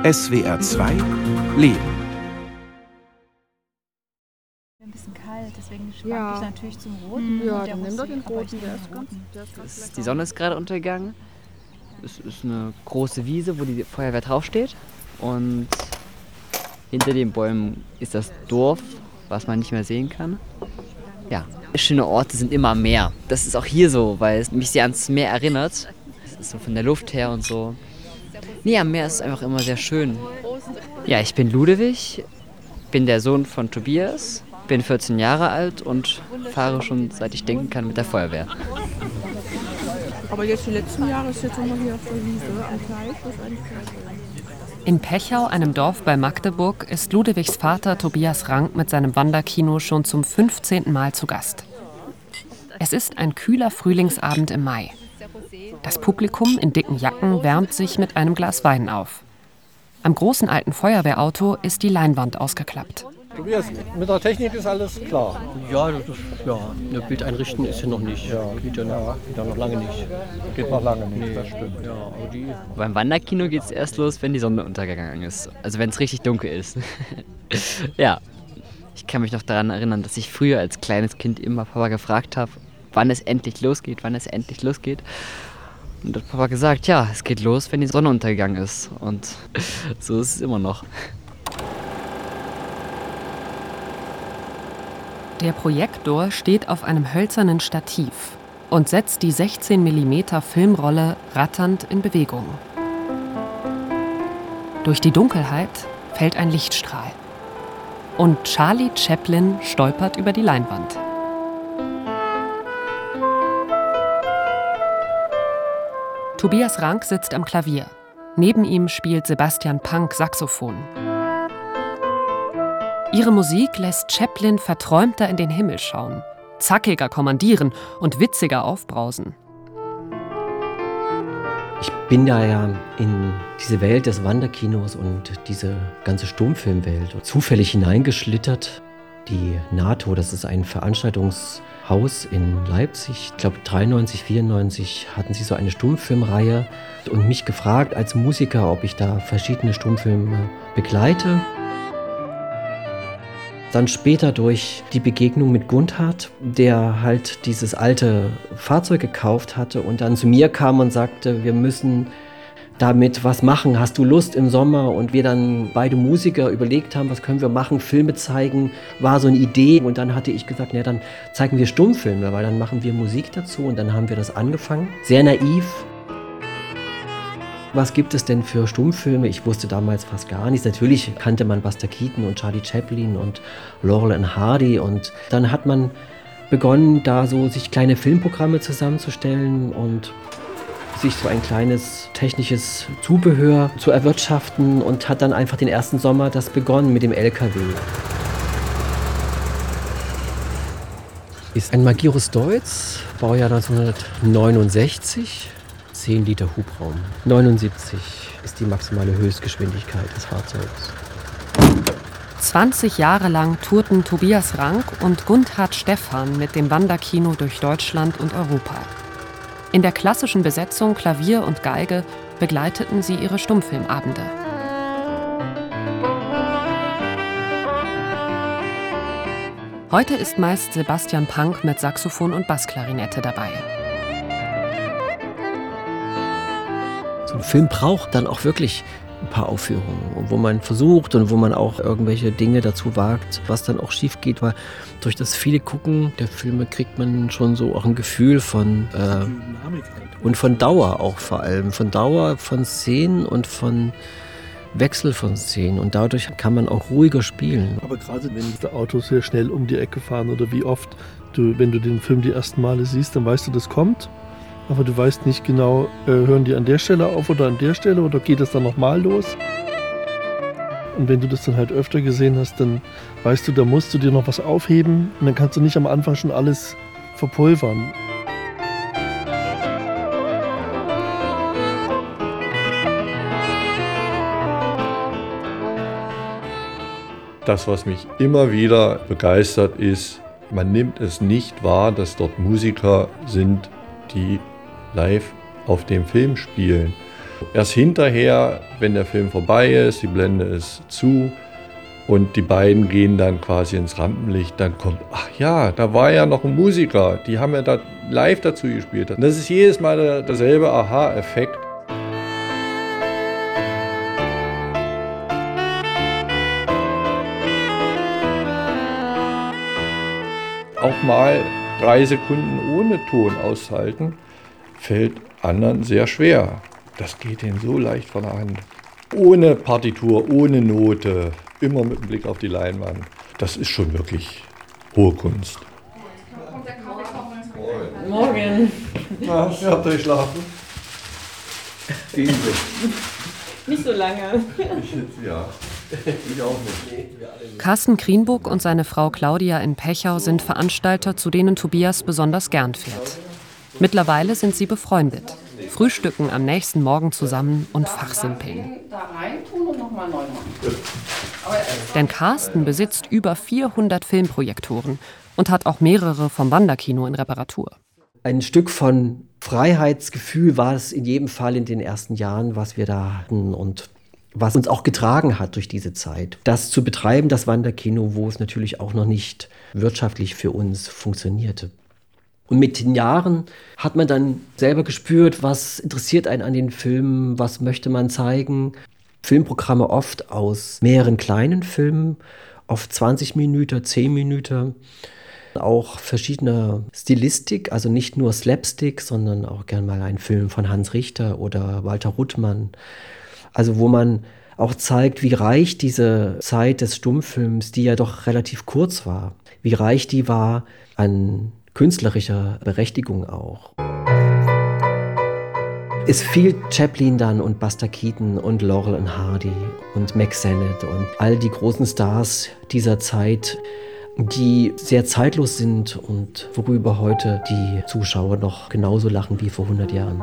SWR 2 Leben. Ein bisschen kalt, deswegen schwank ich natürlich zum Roten. Ja, dann nimm doch den Roten, der ist ganz Die Sonne ist gerade untergegangen. Es ist eine große Wiese, wo die Feuerwehr draufsteht. Und hinter den Bäumen ist das Dorf, was man nicht mehr sehen kann. Ja, schöne Orte sind immer am Meer. Das ist auch hier so, weil es mich sehr ans Meer erinnert. Es ist so von der Luft her und so. Nee, am Meer ist es einfach immer sehr schön. Ja, ich bin Ludewig, bin der Sohn von Tobias, bin 14 Jahre alt und fahre schon seit ich denken kann mit der Feuerwehr. Aber jetzt die letzten Jahre ist jetzt immer hier auf der Wiese am Teich. Das ist eigentlich ganz schön. In Pechau, einem Dorf bei Magdeburg, ist Ludewigs Vater Tobias Rank mit seinem Wanderkino schon zum 15. Mal zu Gast. Es ist ein kühler Frühlingsabend im Mai. Das Publikum in dicken Jacken wärmt sich mit einem Glas Wein auf. Am großen alten Feuerwehrauto ist die Leinwand ausgeklappt. Tobias, mit der Technik ist alles klar. Ja, eine Bildeinrichten ist ja noch nicht. Geht ja noch lange nicht. Geht noch lange nicht, das stimmt. Ja, aber Beim Wanderkino geht es erst los, wenn die Sonne untergegangen ist. Also wenn es richtig dunkel ist. Ja, ich kann mich noch daran erinnern, dass ich früher als kleines Kind immer Papa gefragt habe, wann es endlich losgeht. Und hat Papa gesagt, ja, es geht los, wenn die Sonne untergegangen ist. Und so ist es immer noch. Der Projektor steht auf einem hölzernen Stativ und setzt die 16 mm Filmrolle ratternd in Bewegung. Durch die Dunkelheit fällt ein Lichtstrahl. Und Charlie Chaplin stolpert über die Leinwand. Tobias Rank sitzt am Klavier. Neben ihm spielt Sebastian Pank Saxophon. Ihre Musik lässt Chaplin verträumter in den Himmel schauen, zackiger kommandieren und witziger aufbrausen. ich bin da ja in diese Welt des Wanderkinos und diese ganze Stummfilmwelt zufällig hineingeschlittert. Die NATO, das ist ein Veranstaltungshaus in Leipzig. Ich glaube 93, 94 hatten sie so eine Stummfilmreihe und mich gefragt als Musiker, ob ich da verschiedene Stummfilme begleite. Dann später durch die Begegnung mit Gundhard, der halt dieses alte Fahrzeug gekauft hatte und dann zu mir kam und sagte, wir müssen damit was machen, hast du Lust im Sommer? Und wir dann beide Musiker überlegt haben, was können wir machen, Filme zeigen, war so eine Idee. Und dann hatte ich gesagt, na dann zeigen wir Stummfilme, weil dann machen wir Musik dazu. Und dann haben wir das angefangen, sehr naiv. Was gibt es denn für Stummfilme? Ich wusste damals fast gar nichts. Natürlich kannte man Buster Keaton und Charlie Chaplin und Laurel and Hardy. Und dann hat man begonnen, da so sich kleine Filmprogramme zusammenzustellen und sich so ein kleines technisches Zubehör zu erwirtschaften und hat dann einfach den ersten Sommer das begonnen mit dem LKW. Ist ein Magirus Deutz, Baujahr 1969. 10 Liter Hubraum. 79 ist die maximale Höchstgeschwindigkeit des Fahrzeugs. 20 Jahre lang tourten Tobias Rank und Gundhard Stephan mit dem Wanderkino durch Deutschland und Europa. In der klassischen Besetzung Klavier und Geige begleiteten sie ihre Stummfilmabende. Heute ist meist Sebastian Pank mit Saxophon und Bassklarinette dabei. So ein Film braucht dann auch wirklich ein paar Aufführungen, wo man versucht und wo man auch irgendwelche Dinge dazu wagt, was dann auch schief geht, weil durch das viele Gucken der Filme kriegt man schon so auch ein Gefühl von und von Dauer auch vor allem, von Dauer von Szenen und von Wechsel von Szenen und dadurch kann man auch ruhiger spielen. Aber gerade wenn die Autos sehr schnell um die Ecke fahren oder wie oft, wenn du den Film die ersten Male siehst, dann weißt du, das kommt. Aber du weißt nicht genau, hören die an der Stelle auf oder an der Stelle oder geht es dann nochmal los? Und wenn du das dann halt öfter gesehen hast, dann weißt du, da musst du dir noch was aufheben und dann kannst du nicht am Anfang schon alles verpulvern. Das, was mich immer wieder begeistert, ist, man nimmt es nicht wahr, dass dort Musiker sind, die live auf dem Film spielen. Erst hinterher, wenn der Film vorbei ist, die Blende ist zu und die beiden gehen dann quasi ins Rampenlicht, dann kommt, ach ja, da war ja noch ein Musiker, die haben ja da live dazu gespielt. Und das ist jedes Mal derselbe Aha-Effekt. Auch mal 3 Sekunden ohne Ton aushalten, fällt anderen sehr schwer. Das geht ihnen so leicht von der Hand. Ohne Partitur, ohne Note, immer mit dem Blick auf die Leinwand. Das ist schon wirklich hohe Kunst. Morgen. Na, ihr habt euch schlafen? Nicht so lange. Ja. Ich auch nicht. Carsten Krienbuck und seine Frau Claudia in Pechau sind Veranstalter, zu denen Tobias besonders gern fährt. Mittlerweile sind sie befreundet, frühstücken am nächsten Morgen zusammen und fachsimpeln. Denn Carsten besitzt über 400 Filmprojektoren und hat auch mehrere vom Wanderkino in Reparatur. Ein Stück von Freiheitsgefühl war es in jedem Fall in den ersten Jahren, was wir da hatten und was uns auch getragen hat durch diese Zeit. Das zu betreiben, das Wanderkino, wo es natürlich auch noch nicht wirtschaftlich für uns funktionierte. Und mit den Jahren hat man dann selber gespürt, was interessiert einen an den Filmen, was möchte man zeigen. Filmprogramme oft aus mehreren kleinen Filmen, oft 20 Minuten, 10 Minuten. Auch verschiedene Stilistik, also nicht nur Slapstick, sondern auch gern mal ein Film von Hans Richter oder Walter Ruttmann. Also wo man auch zeigt, wie reich diese Zeit des Stummfilms, die ja doch relativ kurz war, wie reich die war an künstlerischer Berechtigung auch. Es fiel Chaplin dann und Buster Keaton und Laurel und Hardy und Mack Sennett und all die großen Stars dieser Zeit, die sehr zeitlos sind und worüber heute die Zuschauer noch genauso lachen wie vor 100 Jahren.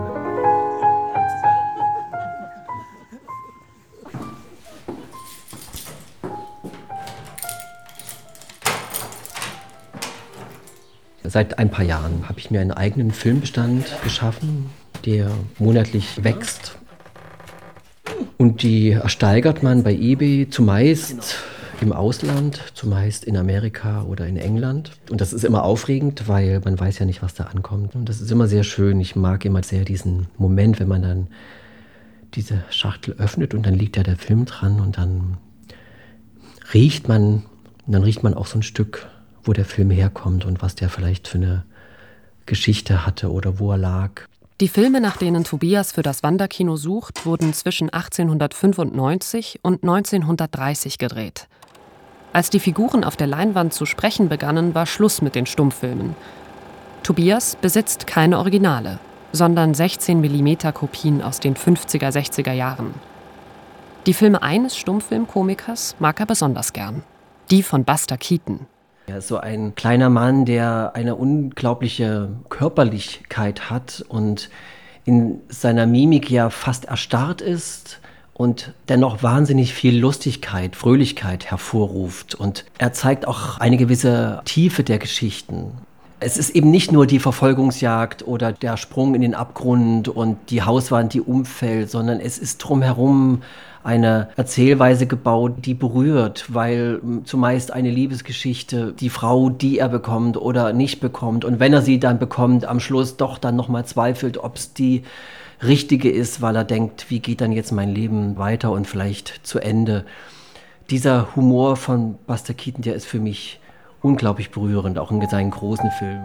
Seit ein paar Jahren habe ich mir einen eigenen Filmbestand geschaffen, der monatlich wächst. Und die ersteigert man bei eBay zumeist im Ausland, zumeist in Amerika oder in England. Und das ist immer aufregend, weil man weiß ja nicht, was da ankommt. Und das ist immer sehr schön. Ich mag immer sehr diesen Moment, wenn man dann diese Schachtel öffnet und dann liegt da der Film dran und dann riecht man auch so ein Stück, wo der Film herkommt und was der vielleicht für eine Geschichte hatte oder wo er lag. Die Filme, nach denen Tobias für das Wanderkino sucht, wurden zwischen 1895 und 1930 gedreht. Als die Figuren auf der Leinwand zu sprechen begannen, war Schluss mit den Stummfilmen. Tobias besitzt keine Originale, sondern 16 mm Kopien aus den 50er, 60er Jahren. Die Filme eines Stummfilmkomikers mag er besonders gern. Die von Buster Keaton. Er ist so ein kleiner Mann, der eine unglaubliche Körperlichkeit hat und in seiner Mimik ja fast erstarrt ist und dennoch wahnsinnig viel Lustigkeit, Fröhlichkeit hervorruft. Und er zeigt auch eine gewisse Tiefe der Geschichten. Es ist eben nicht nur die Verfolgungsjagd oder der Sprung in den Abgrund und die Hauswand, die umfällt, sondern es ist drumherum eine Erzählweise gebaut, die berührt, weil zumeist eine Liebesgeschichte, die Frau, die er bekommt oder nicht bekommt und wenn er sie dann bekommt, am Schluss doch dann nochmal zweifelt, ob es die richtige ist, weil er denkt, wie geht dann jetzt mein Leben weiter und vielleicht zu Ende. Dieser Humor von Buster Keaton, der ist für mich unglaublich berührend, auch in seinen großen Filmen.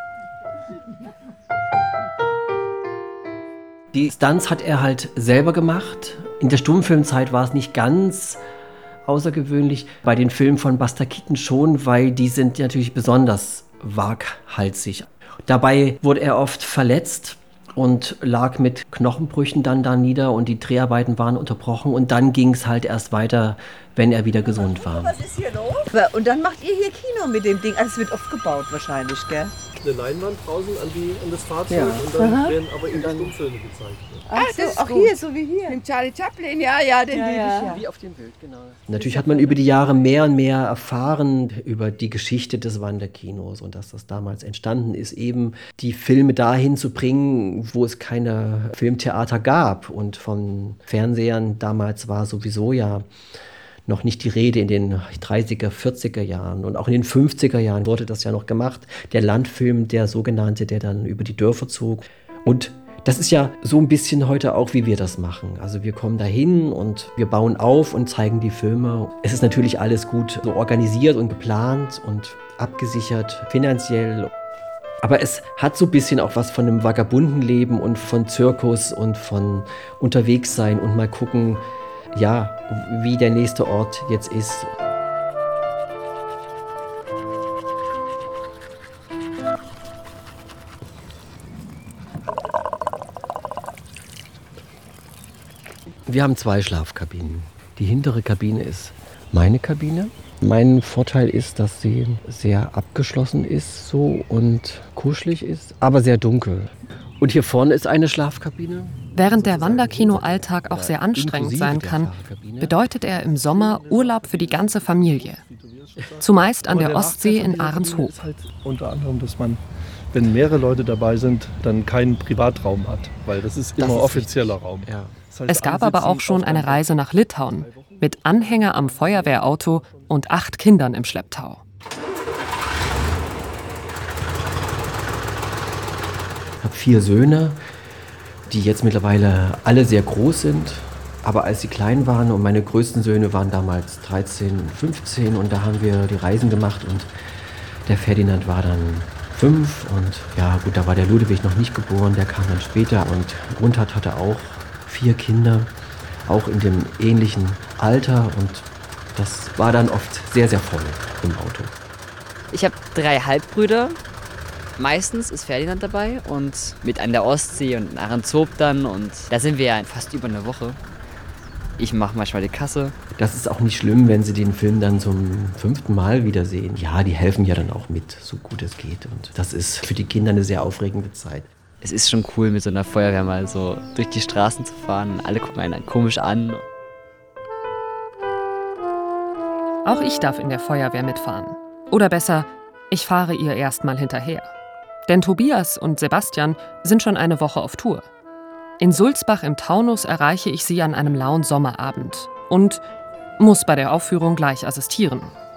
Die Stunts hat er halt selber gemacht. In der Stummfilmzeit war es nicht ganz außergewöhnlich. Bei den Filmen von Buster Keaton schon, weil die sind natürlich besonders waghalsig. Dabei wurde er oft verletzt und lag mit Knochenbrüchen dann da nieder und die Dreharbeiten waren unterbrochen und dann ging es halt erst weiter, wenn er wieder gesund war. Was ist hier los? Und dann macht ihr hier Kino mit dem Ding. Also es wird oft gebaut wahrscheinlich, gell? eine Leinwand draußen an das Fahrzeug Ja. und dann werden aber eben Stummfilme gezeigt. Auch hier, so wie hier. Mit Charlie Chaplin, ja, den liebe ich ja. Wie auf dem Bild, genau. Natürlich hat man über die Jahre mehr und mehr erfahren über die Geschichte des Wanderkinos und dass das damals entstanden ist, eben die Filme dahin zu bringen, wo es keine Filmtheater gab. Und von Fernsehern damals war sowieso ja noch nicht die Rede. In den 30er, 40er Jahren und auch in den 50er Jahren wurde das ja noch gemacht. Der Landfilm, der sogenannte, der dann über die Dörfer zog. Und das ist ja so ein bisschen heute auch, wie wir das machen. Also wir kommen dahin und wir bauen auf und zeigen die Filme. Es ist natürlich alles gut so organisiert und geplant und abgesichert finanziell. Aber es hat so ein bisschen auch was von einem Vagabundenleben und von Zirkus und von unterwegs sein und mal gucken, ja, wie der nächste Ort jetzt ist. Wir haben 2 Schlafkabinen. Die hintere Kabine ist meine Kabine. Mein Vorteil ist, dass sie sehr abgeschlossen ist so und kuschelig ist, aber sehr dunkel. Und hier vorne ist eine Schlafkabine. Während der Wanderkino-Alltag auch sehr anstrengend sein kann, bedeutet er im Sommer Urlaub für die ganze Familie. Zumeist an der Ostsee in Ahrenshoop. Ist halt unter anderem, dass man, wenn mehrere Leute dabei sind, dann keinen Privatraum hat, weil das ist immer offizieller Raum. Ja. Es gab aber auch schon eine Reise nach Litauen mit Anhänger am Feuerwehrauto und 8 Kindern im Schlepptau. Ich habe 4 Söhne, die jetzt mittlerweile alle sehr groß sind. Aber als sie klein waren und meine größten Söhne waren damals 13, 15 und da haben wir die Reisen gemacht und der Ferdinand war dann 5 und ja gut, da war der Ludwig noch nicht geboren, der kam dann später und Grundhardt hatte auch 4 Kinder, auch in dem ähnlichen Alter und das war dann oft sehr, sehr voll im Auto. Ich habe 3 Halbbrüder. Meistens ist Ferdinand dabei und mit an der Ostsee und in Ahrenshoop dann und da sind wir ja fast über eine Woche. Ich mache manchmal die Kasse. Das ist auch nicht schlimm, wenn sie den Film dann zum 5. Mal wiedersehen. Ja, die helfen ja dann auch mit, so gut es geht. Und das ist für die Kinder eine sehr aufregende Zeit. Es ist schon cool, mit so einer Feuerwehr mal so durch die Straßen zu fahren. Alle gucken einen dann komisch an. Auch ich darf in der Feuerwehr mitfahren. Oder besser, ich fahre ihr erst mal hinterher. Denn Tobias und Sebastian sind schon eine Woche auf Tour. In Sulzbach im Taunus erreiche ich sie an einem lauen Sommerabend und muss bei der Aufführung gleich assistieren.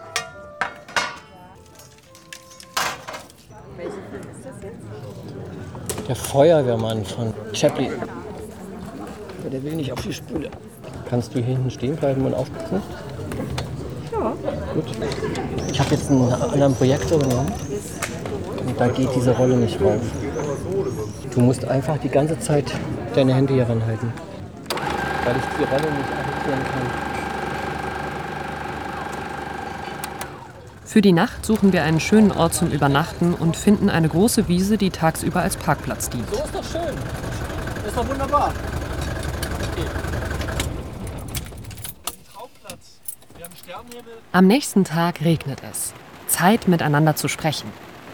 Der Feuerwehrmann von Chaplin. Aber der will nicht auf die Spüle. Kannst du hier hinten stehen bleiben und aufpassen? Ja. Gut. Ich habe jetzt einen anderen Projektor genommen. Und da geht diese Rolle nicht rauf. Du musst einfach die ganze Zeit deine Hände hier ranhalten. Weil ich die Rolle nicht arretieren kann. Für die Nacht suchen wir einen schönen Ort zum Übernachten und finden eine große Wiese, die tagsüber als Parkplatz dient. So ist doch schön. Das ist doch wunderbar. Traumplatz. Wir haben Sternenhimmel. Am nächsten Tag regnet es. Zeit, miteinander zu sprechen.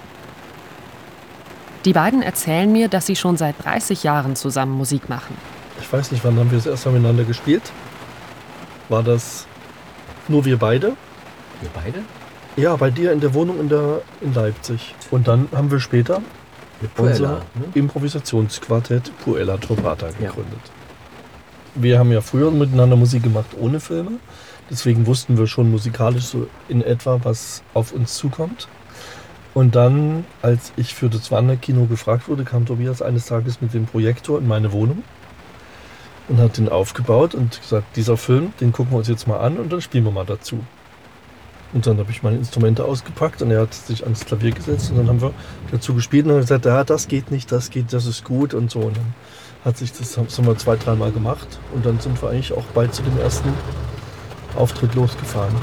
Die beiden erzählen mir, dass sie schon seit 30 Jahren zusammen Musik machen. Ich weiß nicht, wann haben wir das erste Mal miteinander gespielt? War das nur wir beide? Wir beide? Ja, bei dir in der Wohnung in Leipzig. Und dann haben wir später unser Improvisationsquartett Puella Torbata gegründet. Ja. Wir haben ja früher miteinander Musik gemacht ohne Filme. Deswegen wussten wir schon musikalisch so in etwa, was auf uns zukommt. Und dann, als ich für das Wanderkino gefragt wurde, kam Tobias eines Tages mit dem Projektor in meine Wohnung und hat den aufgebaut und gesagt, dieser Film, den gucken wir uns jetzt mal an und dann spielen wir mal dazu. Und dann habe ich meine Instrumente ausgepackt und er hat sich ans Klavier gesetzt und dann haben wir dazu gespielt und dann gesagt, ja, das geht nicht, das geht, das ist gut und so. Und dann das haben wir 2-3 Mal gemacht und dann sind wir eigentlich auch bald zu dem ersten Auftritt losgefahren.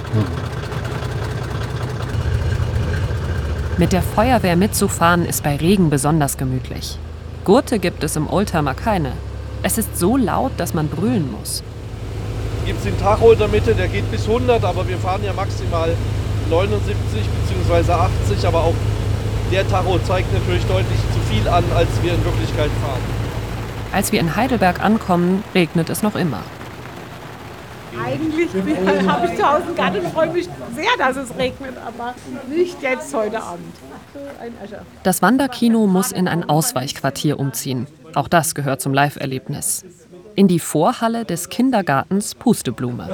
Mit der Feuerwehr mitzufahren ist bei Regen besonders gemütlich. Gurte gibt es im Oldtimer keine. Es ist so laut, dass man brüllen muss. Gibt es den Tacho in der Mitte, der geht bis 100, aber wir fahren ja maximal 79 bzw. 80, aber auch Der Tacho zeigt natürlich deutlich zu viel an, als wir in Wirklichkeit fahren. Als wir in Heidelberg ankommen, regnet es noch immer. Eigentlich habe ich zu Hause einen Garten und freue mich sehr, dass es regnet, aber nicht jetzt heute Abend. Ein Escher. Das Wanderkino muss in ein Ausweichquartier umziehen. Auch das gehört zum Live-Erlebnis. In die Vorhalle des Kindergartens Pusteblume.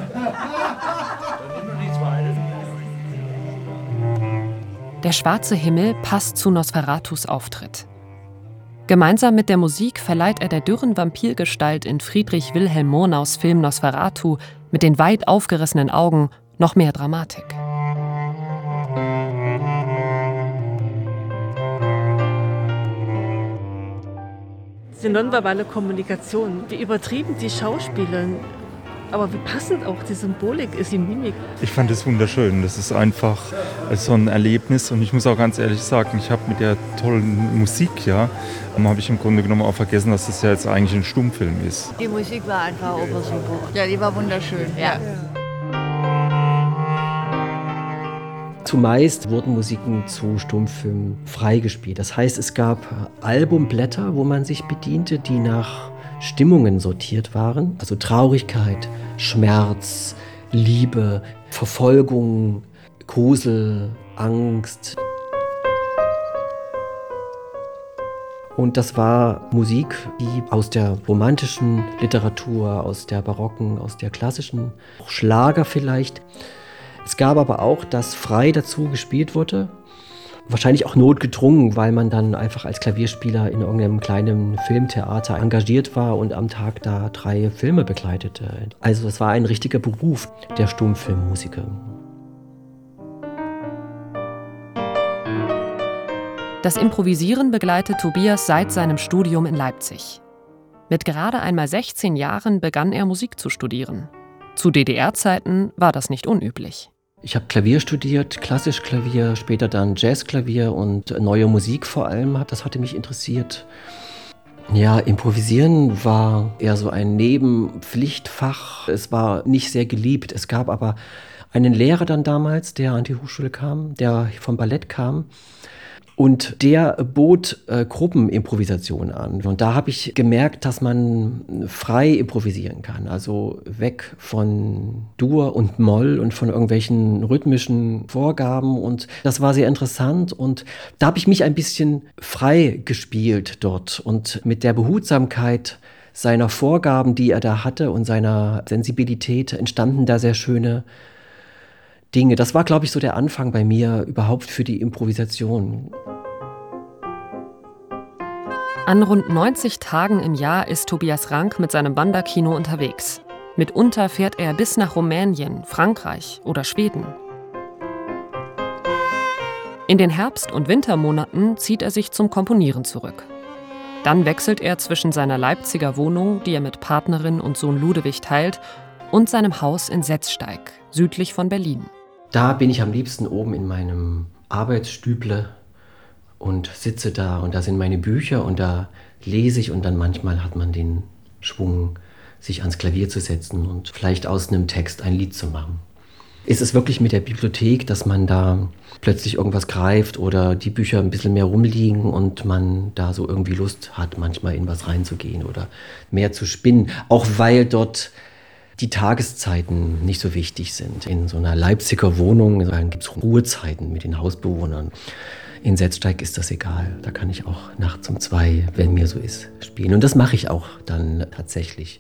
Der schwarze Himmel passt zu Nosferatus' Auftritt. Gemeinsam mit der Musik verleiht er der dürren Vampirgestalt in Friedrich Wilhelm Murnaus Film Nosferatu mit den weit aufgerissenen Augen noch mehr Dramatik. Die nonverbale Kommunikation, wie übertrieben die Schauspieler, aber wie passend auch die Symbolik ist, die Mimik. Ich fand es wunderschön. Das ist einfach so ein Erlebnis und ich muss auch ganz ehrlich sagen, ich habe mit der tollen Musik, habe ich im Grunde genommen auch vergessen, dass das ja jetzt eigentlich ein Stummfilm ist. Die Musik war einfach auch super. Ja, die war wunderschön. Ja. Zumeist wurden Musiken zu Stummfilmen freigespielt. Das heißt, es gab Albumblätter, wo man sich bediente, die nach Stimmungen sortiert waren. Also Traurigkeit, Schmerz, Liebe, Verfolgung, Grusel, Angst. Und das war Musik, die aus der romantischen Literatur, aus der barocken, aus der klassischen, Schlager vielleicht. Es gab aber auch, dass frei dazu gespielt wurde. Wahrscheinlich auch notgedrungen, weil man dann einfach als Klavierspieler in irgendeinem kleinen Filmtheater engagiert war und am Tag da 3 Filme begleitete. Also es war ein richtiger Beruf, der Stummfilmmusiker. Das Improvisieren begleitet Tobias seit seinem Studium in Leipzig. Mit gerade einmal 16 Jahren begann er Musik zu studieren. Zu DDR-Zeiten war das nicht unüblich. Ich habe Klavier studiert, klassisch Klavier, später dann Jazzklavier und neue Musik vor allem. Das hatte mich interessiert. Ja, Improvisieren war eher so ein Nebenpflichtfach. Es war nicht sehr geliebt. Es gab aber einen Lehrer dann damals, der an die Hochschule kam, der vom Ballett kam. Und der bot Gruppenimprovisation an. Und da habe ich gemerkt, dass man frei improvisieren kann. Also weg von Dur und Moll und von irgendwelchen rhythmischen Vorgaben. Und das war sehr interessant. Und da habe ich mich ein bisschen frei gespielt dort. Und mit der Behutsamkeit seiner Vorgaben, die er da hatte, und seiner Sensibilität entstanden da sehr schöne Dinge. Das war, glaube ich, so der Anfang bei mir überhaupt für die Improvisation. An rund 90 Tagen im Jahr ist Tobias Rank mit seinem Wanderkino unterwegs. Mitunter fährt er bis nach Rumänien, Frankreich oder Schweden. In den Herbst- und Wintermonaten zieht er sich zum Komponieren zurück. Dann wechselt er zwischen seiner Leipziger Wohnung, die er mit Partnerin und Sohn Ludewig teilt, und seinem Haus in Setzsteig, südlich von Berlin. Da bin ich am liebsten oben in meinem Arbeitsstüble und sitze da und da sind meine Bücher und da lese ich und dann manchmal hat man den Schwung, sich ans Klavier zu setzen und vielleicht aus einem Text ein Lied zu machen. Ist es wirklich mit der Bibliothek, dass man da plötzlich irgendwas greift oder die Bücher ein bisschen mehr rumliegen und man da so irgendwie Lust hat, manchmal in was reinzugehen oder mehr zu spinnen, auch weil dort die Tageszeiten nicht so wichtig sind. In so einer Leipziger Wohnung gibt es Ruhezeiten mit den Hausbewohnern. In Setzsteig ist das egal. Da kann ich auch nachts um 2, wenn mir so ist, spielen. Und das mache ich auch dann tatsächlich.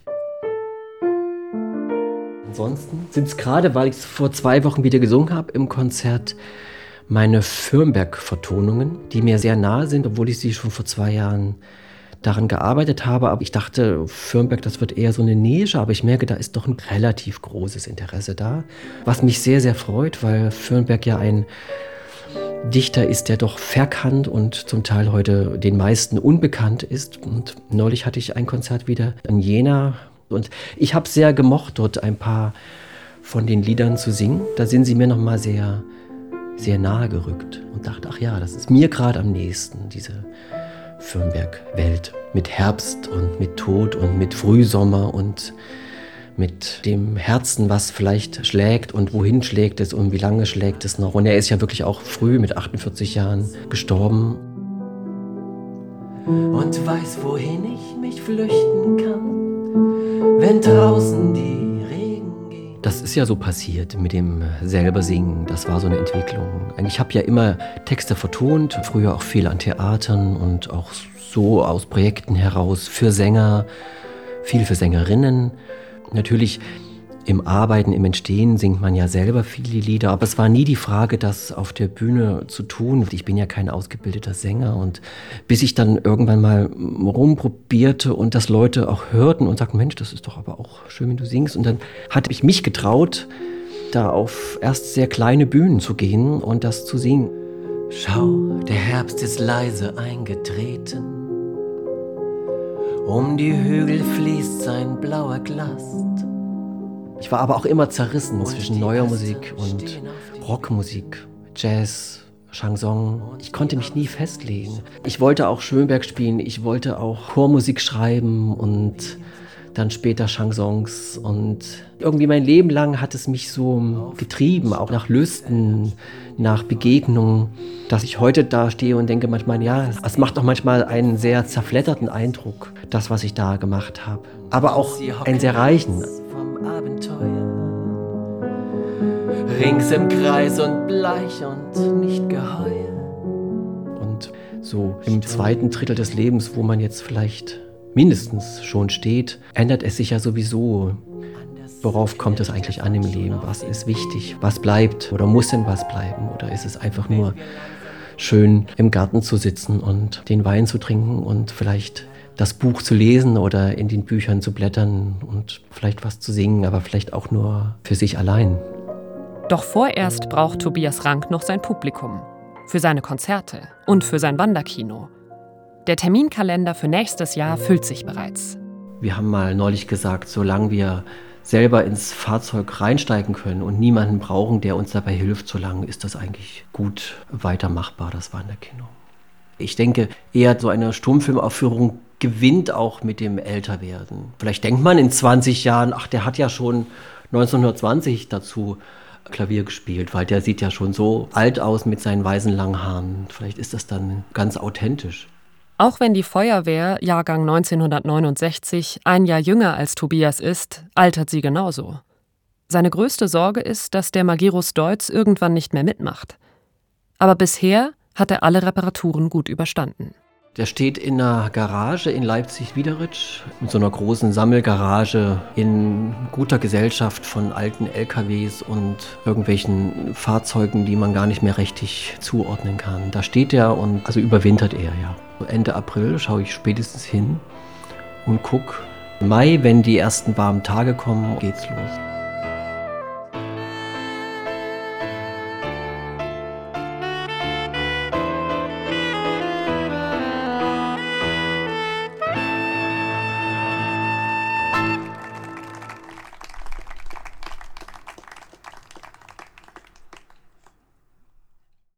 Ansonsten sind es gerade, weil ich es vor 2 Wochen wieder gesungen habe im Konzert, meine Fürnberg-Vertonungen, die mir sehr nahe sind, obwohl ich sie schon vor 2 Jahren daran gearbeitet habe, aber ich dachte, Fürnberg, das wird eher so eine Nische, aber ich merke, da ist doch ein relativ großes Interesse da, was mich sehr, sehr freut, weil Fürnberg ja ein Dichter ist, der doch verkannt und zum Teil heute den meisten unbekannt ist. Und neulich hatte ich ein Konzert wieder in Jena und ich habe sehr gemocht, dort ein paar von den Liedern zu singen. Da sind sie mir nochmal sehr, sehr nahe gerückt und dachte, ach ja, das ist mir gerade am nächsten, diese Fürnberg-Welt mit Herbst und mit Tod und mit Frühsommer und mit dem Herzen, was vielleicht schlägt und wohin schlägt es und wie lange schlägt es noch. Und er ist ja wirklich auch früh mit 48 Jahren gestorben. Und weiß, wohin ich mich flüchten kann, wenn draußen die Regen geht. Das ist ja so passiert mit dem selber Singen. Das war so eine Entwicklung. Ich habe ja immer Texte vertont, früher auch viel an Theatern und auch so aus Projekten heraus für Sänger, viel für Sängerinnen. Natürlich im Arbeiten, im Entstehen singt man ja selber viele Lieder, aber es war nie die Frage, das auf der Bühne zu tun. Ich bin ja kein ausgebildeter Sänger und bis ich dann irgendwann mal rumprobierte und das Leute auch hörten und sagten, Mensch, das ist doch aber auch schön, wenn du singst. Und dann hatte ich mich getraut, da auf erst sehr kleine Bühnen zu gehen und das zu singen. Schau, der Herbst ist leise eingetreten, um die Hügel fließt sein blauer Glast. Ich war aber auch immer zerrissen zwischen neuer Musik und Rockmusik, Jazz, Chanson. Ich konnte mich nie festlegen. Ich wollte auch Schönberg spielen, ich wollte auch Chormusik schreiben und dann später Chansons. Und irgendwie mein Leben lang hat es mich so getrieben, auch nach Lüsten, nach Begegnungen, dass ich heute da stehe und denke manchmal, ja, es macht auch manchmal einen sehr zerfledderten Eindruck, das, was ich da gemacht habe. Aber auch einen sehr reichen. Rings im Kreis und bleich und nicht geheuer. Und so im zweiten Drittel des Lebens, wo man jetzt vielleicht mindestens schon steht, ändert es sich ja sowieso. Worauf kommt es eigentlich an im Leben? Was ist wichtig? Was bleibt? Oder muss denn was bleiben? Oder ist es einfach nur schön, im Garten zu sitzen und den Wein zu trinken und vielleicht das Buch zu lesen oder in den Büchern zu blättern und vielleicht was zu singen, aber vielleicht auch nur für sich allein. Doch vorerst braucht Tobias Rank noch sein Publikum. Für seine Konzerte und für sein Wanderkino. Der Terminkalender für nächstes Jahr füllt sich bereits. Wir haben mal neulich gesagt, solange wir selber ins Fahrzeug reinsteigen können und niemanden brauchen, der uns dabei hilft, solange ist das eigentlich gut weitermachbar, das Wanderkino. Ich denke, eher so eine Stummfilmaufführung gewinnt auch mit dem Älterwerden. Vielleicht denkt man in 20 Jahren, ach, der hat ja schon 1920 dazu Klavier gespielt, weil der sieht ja schon so alt aus mit seinen weißen langen Haaren. Vielleicht ist das dann ganz authentisch. Auch wenn die Feuerwehr, Jahrgang 1969, ein Jahr jünger als Tobias ist, altert sie genauso. Seine größte Sorge ist, dass der Magirus Deutz irgendwann nicht mehr mitmacht. Aber bisher hat er alle Reparaturen gut überstanden. Der steht in einer Garage in Leipzig-Wiederitsch, in so einer großen Sammelgarage in guter Gesellschaft von alten LKWs und irgendwelchen Fahrzeugen, die man gar nicht mehr richtig zuordnen kann. Da steht er und also überwintert er, ja. Ende April schaue ich spätestens hin und gucke. Im Mai, wenn die ersten warmen Tage kommen, geht's los.